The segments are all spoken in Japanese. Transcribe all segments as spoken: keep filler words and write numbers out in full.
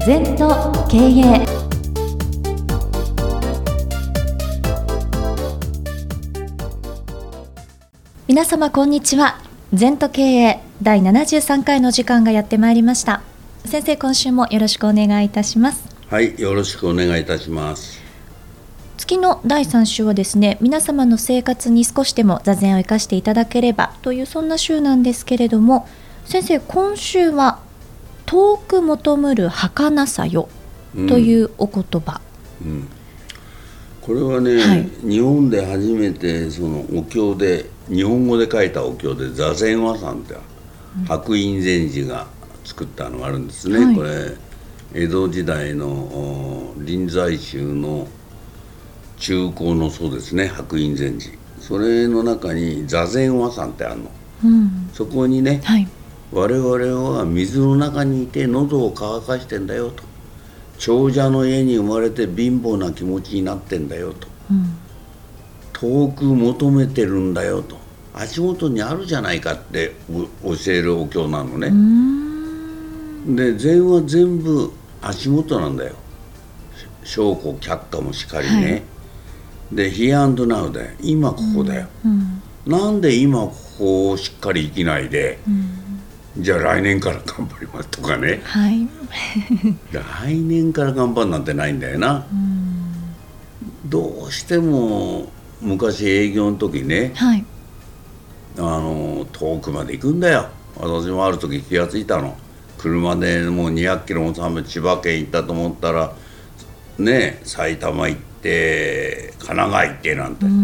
禅と経営。皆様こんにちは。禅と経営だいななじゅうさんかいの時間がやってまいりました。先生、今週もよろしくお願いいたします。 はい、よろしくお願いいたします。 月のだいさん週はですね、皆様の生活に少しでも座禅を生かしていただければというそんな週なんですけれども、先生、今週は遠く求むる儚さよというお言葉、 うんうん、これはね、はい、日本で初めてそのお経で日本語で書いたお経で座禅和さんって白隠禅師が作ったのがあるんですね、はい、これ江戸時代の臨済宗の中興の祖ですね、白隠禅師。それの中に座禅和さんってあるの、うん、そこにね、はい、我々は水の中にいて喉を乾かしてんだよと、長者の家に生まれて貧乏な気持ちになってんだよと、うん、遠く求めてるんだよと、足元にあるじゃないかって教えるお経なのね。で、禅は全部足元なんだよ。証拠却下もしかりね、はい、でヒアンドナウだよ、今ここだよ、うんうん、なんで今ここをしっかり生きないで、うん、じゃあ来年から頑張りますとかね、はい、来年から頑張るなんてないんだよな、うん、どうしても昔営業の時ね、はい、あの遠くまで行くんだよ。私もある時気がついたの。車でもうにひゃくキロも千葉県行ったと思ったらね、埼玉行って神奈川行ってなんて、うん、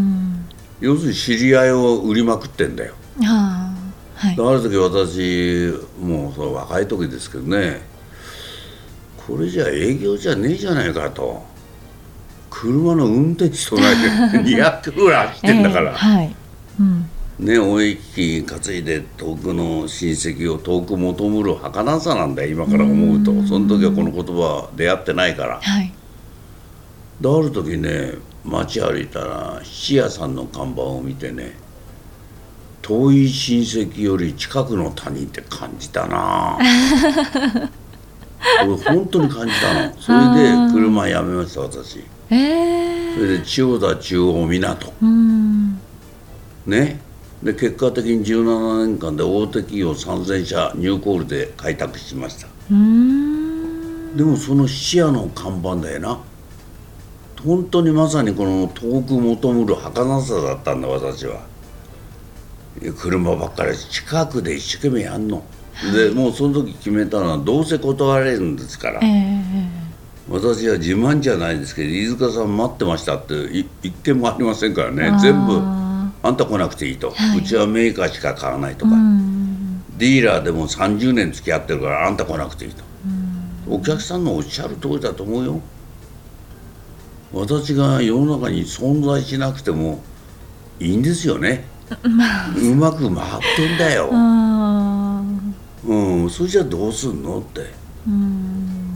要するに知り合いを売りまくってんだよ。あ、はい、ある時私もうそう若い時ですけどね、これじゃ営業じゃねえじゃないかと、車の運転手と同じでにひゃくキロぐらい走ってんだから、えーはい、うんね、大駅担いで遠くの親戚を遠く求むる儚さなんだよ、今から思うと。その時はこの言葉は出会ってないから、はい、である時ね、街歩いたら質屋さんの看板を見てね、遠い親戚より近くの他人って感じたな俺本当に感じたの。それで車やめました私、えー、それで千代田中央港、うんね、で結果的にじゅうななねんかんで大手企業さんぜんしゃニューコールで開拓しました。うーん、でもその質屋の看板だよな、本当にまさにこの遠く求むる儚さだったんだ私は。車ばっかり近くで一生懸命やんの、はい、でもうその時決めたのはどうせ断られるんですから、えー、私は自慢じゃないですけど飯塚さん待ってましたって一件もありませんからね。全部あんた来なくていいと、はい、うちはメーカーしか買わないとか、ディーラーでもさんじゅうねん付き合ってるからあんた来なくていいと。お客さんのおっしゃる通りだと思うよ。私が世の中に存在しなくてもいいんですよね、まあ、うまく回ってんだよ。うん、それじゃどうすんのって、うん、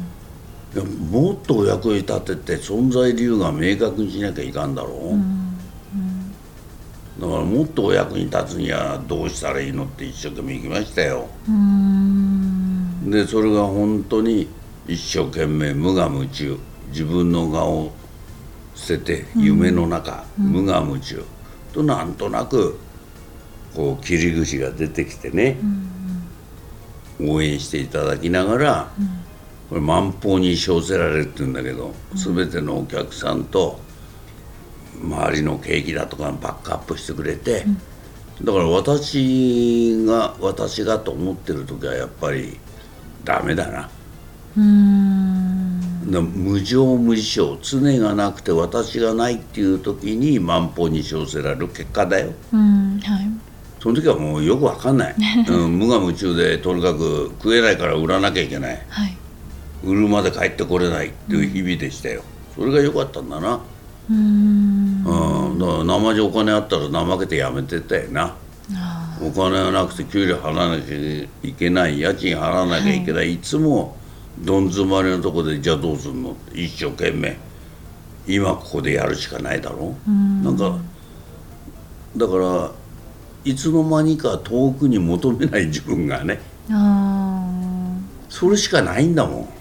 いやもっとお役に立てて存在理由が明確にしなきゃいかんだろう、うんだからもっとお役に立つにはどうしたらいいのって一生懸命行きましたよ。うーんでそれが本当に一生懸命無我夢中、自分の我を捨てて夢の中、うん、無我夢中となんとなくこう切り口が出てきてね、うん、応援していただきながら、うん、これ万法に生せられるって言うんだけど、うん、全てのお客さんと周りの景気だとかバックアップしてくれて、うん、だから私が私がと思ってる時はやっぱりダメだな。うーんだ無常無事象、常がなくて私がないっていう時に万法に生せられる結果だよ。うん、はい、その時はもうよくわかんない、うん、無我夢中でとにかく食えないから売らなきゃいけない、はい、売るまで帰ってこれないっていう日々でしたよ。それが良かったんだな。うーん、うん、だから生地お金あったら怠けてやめてたよな。お金がなくて給料払わなきゃいけない、家賃払わなきゃいけない、はい、いつもどん詰まりのとこでじゃあどうすんのって一生懸命今ここでやるしかないだろう。なんかだからいつの間にか遠くに求めない自分がね、あそれしかないんだもん。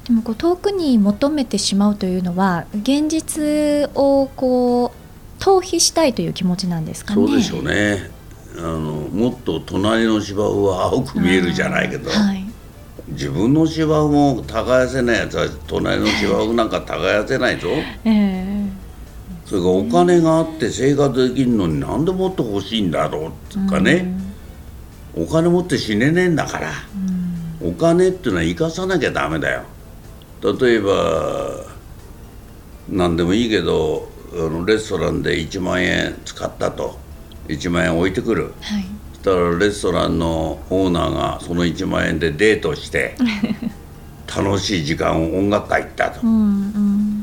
でもこう遠くに求めてしまうというのは現実をこう逃避したいという気持ちなんですかね。 そうでしょうね。あのもっと隣の芝生は青く見えるじゃないけど、はい、自分の芝生も耕せないやつは隣の芝生なんか耕せないぞ、えー、それからお金があって生活できるのになんでもっと欲しいんだろうとかね、うん、お金持って死ねねえんだから、うん、お金っていうのは生かさなきゃダメだよ。例えば何でもいいけどあのレストランでいちまんえん使ったといちまんえん置いてくる、はい、そしたらレストランのオーナーがそのいちまんえんでデートして楽しい時間を音楽会行ったと、うんうん、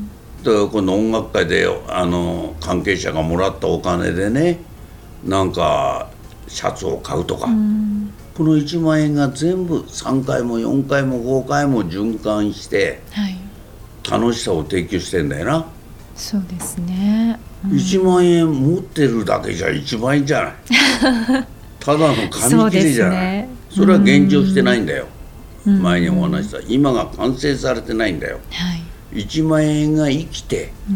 でこの音楽会であの関係者がもらったお金でねなんかシャツを買うとか、うん、このいちまんえんが全部さんかいもよんかいもごかいも循環して、はい、楽しさを提供してんだよな。 そうですね、 うん、いちまんえん持ってるだけじゃいちまんえんじゃないただの紙切れじゃない そ,、ね、それは現状してないんだよ、うん、前にお話した今が完成されてないんだよ、はい、いちまんえんが生きて、うん、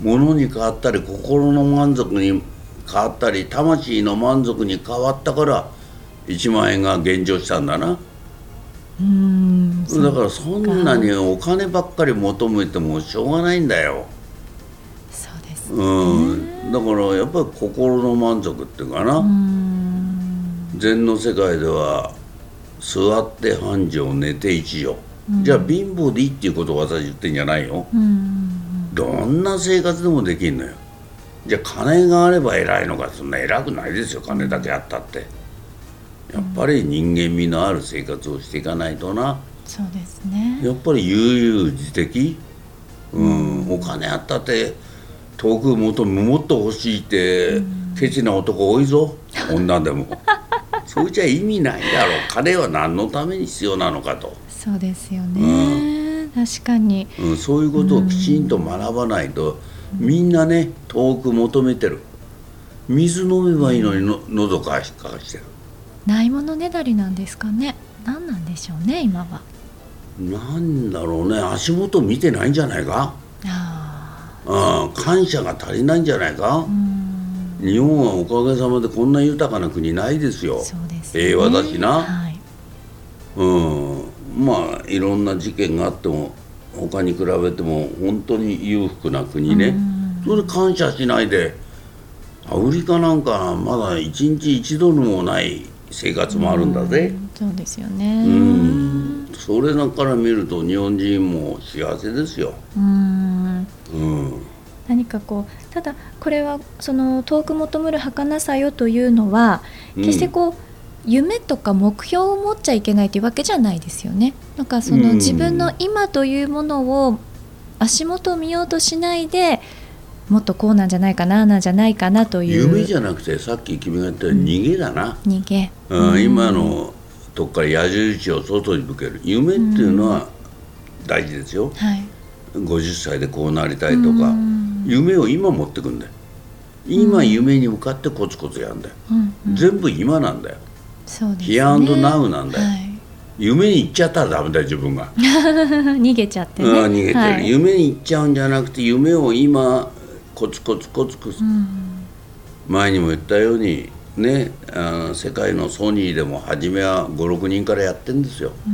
物に変わったり心の満足に変わったり魂の満足に変わったからいちまんえんが現状したんだな。うーんだからそんなにお金ばっかり求めてもしょうがないんだよ。 そうですね、 うん、だからやっぱり心の満足っていうかな、うーん禅の世界では座って半畳寝て一畳、うん、じゃあ貧乏でいいっていうことを私言ってんじゃないよ。うんどんな生活でもできんのよ。じゃあ金があれば偉いのかそんな偉くないですよ。金だけあったってやっぱり人間味のある生活をしていかないとな。 そうですね。 やっぱり悠々自適、うん、うん、お金あったって遠く求めもっと欲しいって、うん、ケチな男多いぞ女でもそれじゃ意味ないだろう。金は何のために必要なのかと。 そうですよね、うん、確かに、 うん、そういうことをきちんと学ばないと、うん、みんなね遠く求めてる。水飲めばいいのにの喉かしかしてる。 ないものねだりなんですかね。何なんでしょうね今は。 なんだろうね足元見てないんじゃないか。ああ感謝が足りないんじゃないか。うん日本はおかげさまでこんな豊かな国ないですよ。そうですね、平和だしな、はい、うんまあいろんな事件があっても他に比べても本当に裕福な国ね。それで感謝しないでアフリカなんかまだいちにちいちドルもない生活もあるんだぜ。 そうですよね。 うんそれから見ると日本人も幸せですよ。うんうん何かこうただこれはその遠く求める儚さよというのは決してこう、うん、夢とか目標を持っちゃいけないというわけじゃないですよね。なんかその自分の今というものを足元を見ようとしないでもっとこうなんじゃないかななんじゃないかなという夢じゃなくてさっき君が言ったように逃げだな、 うん、逃げ、 うん、今のとこから矢印を外に向ける夢っていうのは大事ですよ、うんはい、ごじゅっさいでこうなりたいとか、うん、夢を今持ってくんだよ。今夢に向かってコツコツやるんだよ、うんうん、全部今なんだよ。 そうですね、 ヒアンドナウなんだよ、はい、夢に行っちゃったらダメだよ自分が逃げちゃってね、 うん、逃げてる、はい、夢に行っちゃうんじゃなくて夢を今コツコツコツコツ、うん、前にも言ったようにねあ世界のソニーでも初めはごろくにんからやってるんですよ、うん、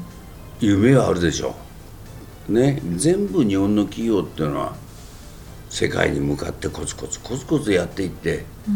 夢はあるでしょね。全部日本の企業っていうのは世界に向かってコツコツコツコツやっていって、うん、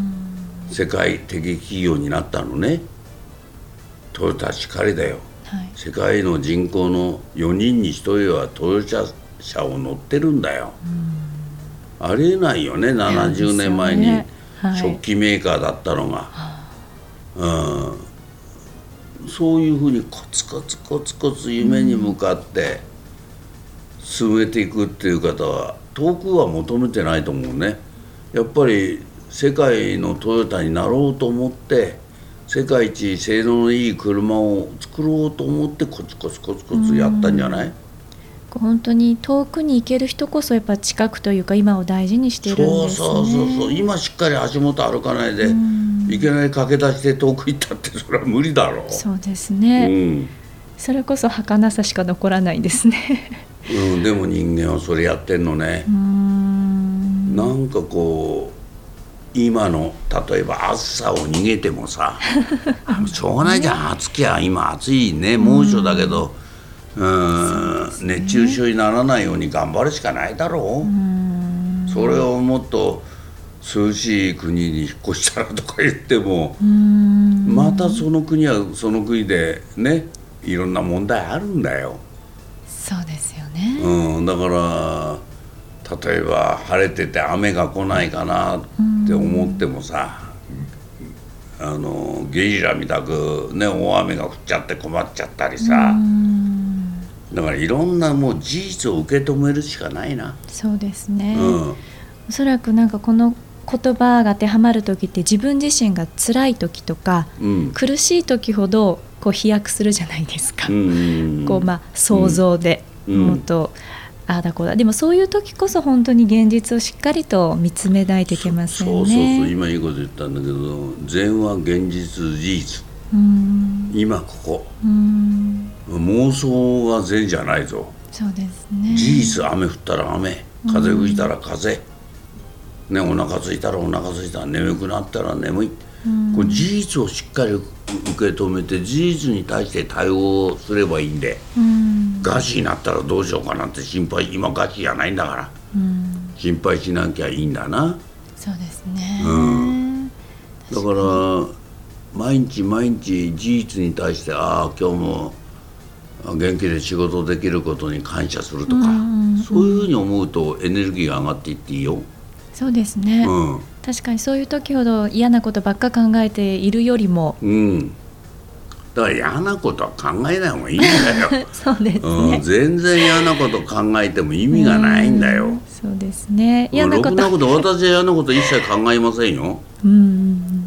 世界的企業になったのね。トヨタしかりだよ、はい、世界の人口のよにんにひとりはトヨタ車を乗ってるんだよ、うん、ありえないよね。ななじゅうねんまえに食器メーカーだったのが、はい、うん、そういうふうにコツコツコツコツ夢に向かって進めていくっていう方は遠くは求めてないと思うね。やっぱり世界のトヨタになろうと思って世界一性能のいい車を作ろうと思ってコツコツコツコツやったんじゃない？ 本当に遠くに行ける人こそやっぱ近くというか今を大事にしてるんですね。 そうそうそうそう今しっかり足元歩かないでいきなり駆け出して遠く行ったってそれは無理だろう。 そうですね、うん、 それこそ儚さしか残らないんですね、 うん、でも人間はそれやってんのね。うーん、なんかこう今の例えば暑さを逃げてもさしょうがないじゃん、暑きゃ今暑いね、猛暑だけど、うん、ね、熱中症にならないように頑張るしかないだろう。うん、それをもっと涼しい国に引っ越したらとか言っても、うん、またその国はその国でね、いろんな問題あるんだよ。 そうですよね、 うん、だから例えば晴れてて雨が来ないかなって思ってもさ、あのゲリラみたくね、大雨が降っちゃって困っちゃったりさ、だからいろんなもう事実を受け止めるしかないな。 そうですね、うん、おそらくなんかこの言葉が当てはまる時って自分自身が辛い時とか、うん、苦しい時ほどこう飛躍するじゃないですか、うん、こうまあ想像で、うん、もっとああだこうだ、でもそういう時こそ本当に現実をしっかりと見つめないといけませんね。 そうそうそう、今いいこと言ったんだけど、善は現実事実、うん、今ここ、うん、妄想は善じゃないぞ。 そうですね、 事実、雨降ったら雨、風吹いたら風、ね、お腹空いたらお腹空いた、眠くなったら眠い、うん、これ事実をしっかり受け止めて事実に対して対応すればいいんで、うん、餓死になったらどうしようかなんて心配、今餓死じゃないんだから、うん、心配しなきゃいいんだな。 そうですね、 うん、だから毎日毎日事実に対して、ああ今日も元気で仕事できることに感謝するとか、うんうんうん、そういうふうに思うとエネルギーが上がっていっていいよ。 そうですね、うん、確かにそういう時ほど嫌なことばっか考えているよりも、うん、 だから嫌なことは考えない方がいいんだよそうですね、 うん、全然嫌なこと考えても意味がないんだよ。 そうですね、嫌なこと、 ろくなこと、私は嫌なこと一切考えませんようん、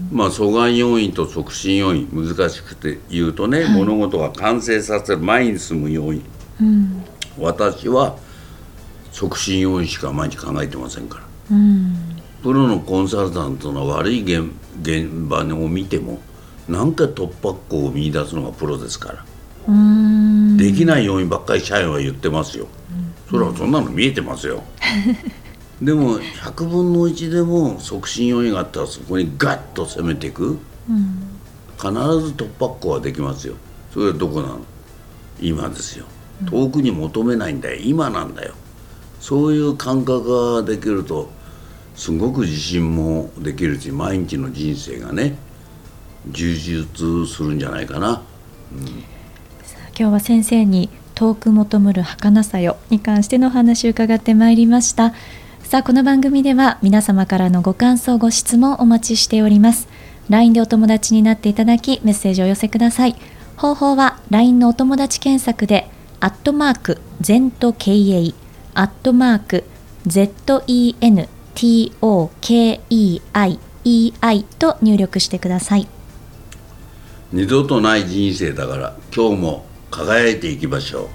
まあ阻害要因と促進要因、難しくて言うとね、はい、物事が完成させる前に進む要因、うん、私は促進要因しか毎日考えてませんから、うん、プロのコンサルタントの悪い 現, 現場を見てもなんか突破口を見出すのがプロですから、うーん、できない要因ばっかり社員は言ってますよ、うん、それはそんなの見えてますよでもひゃくぶんのいちでも促進要因があったらそこにガッと攻めていく、うん、必ず突破口はできますよ。それはどこなの？今ですよ。遠くに求めないんだよ、今なんだよ。そういう感覚ができるとすごく自信もできるし、毎日の人生がね充実するんじゃないかな、うん、さあ今日は先生に遠く求むる儚さよに関してのお話を伺ってまいりました。さあこの番組では皆様からのご感想ご質問お待ちしております。 ライン でお友達になっていただきメッセージをお寄せください。方法は ライン のお友達検索でアットマーク ゼントケーエー アットマーク ゼットイーエヌティーオーケーイーアイイーアイ と入力してください。 二度とない人生だから今日も輝いていきましょう。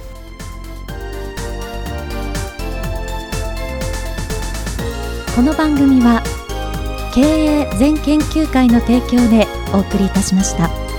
この番組は経営全研究会の提供でお送りいたしました。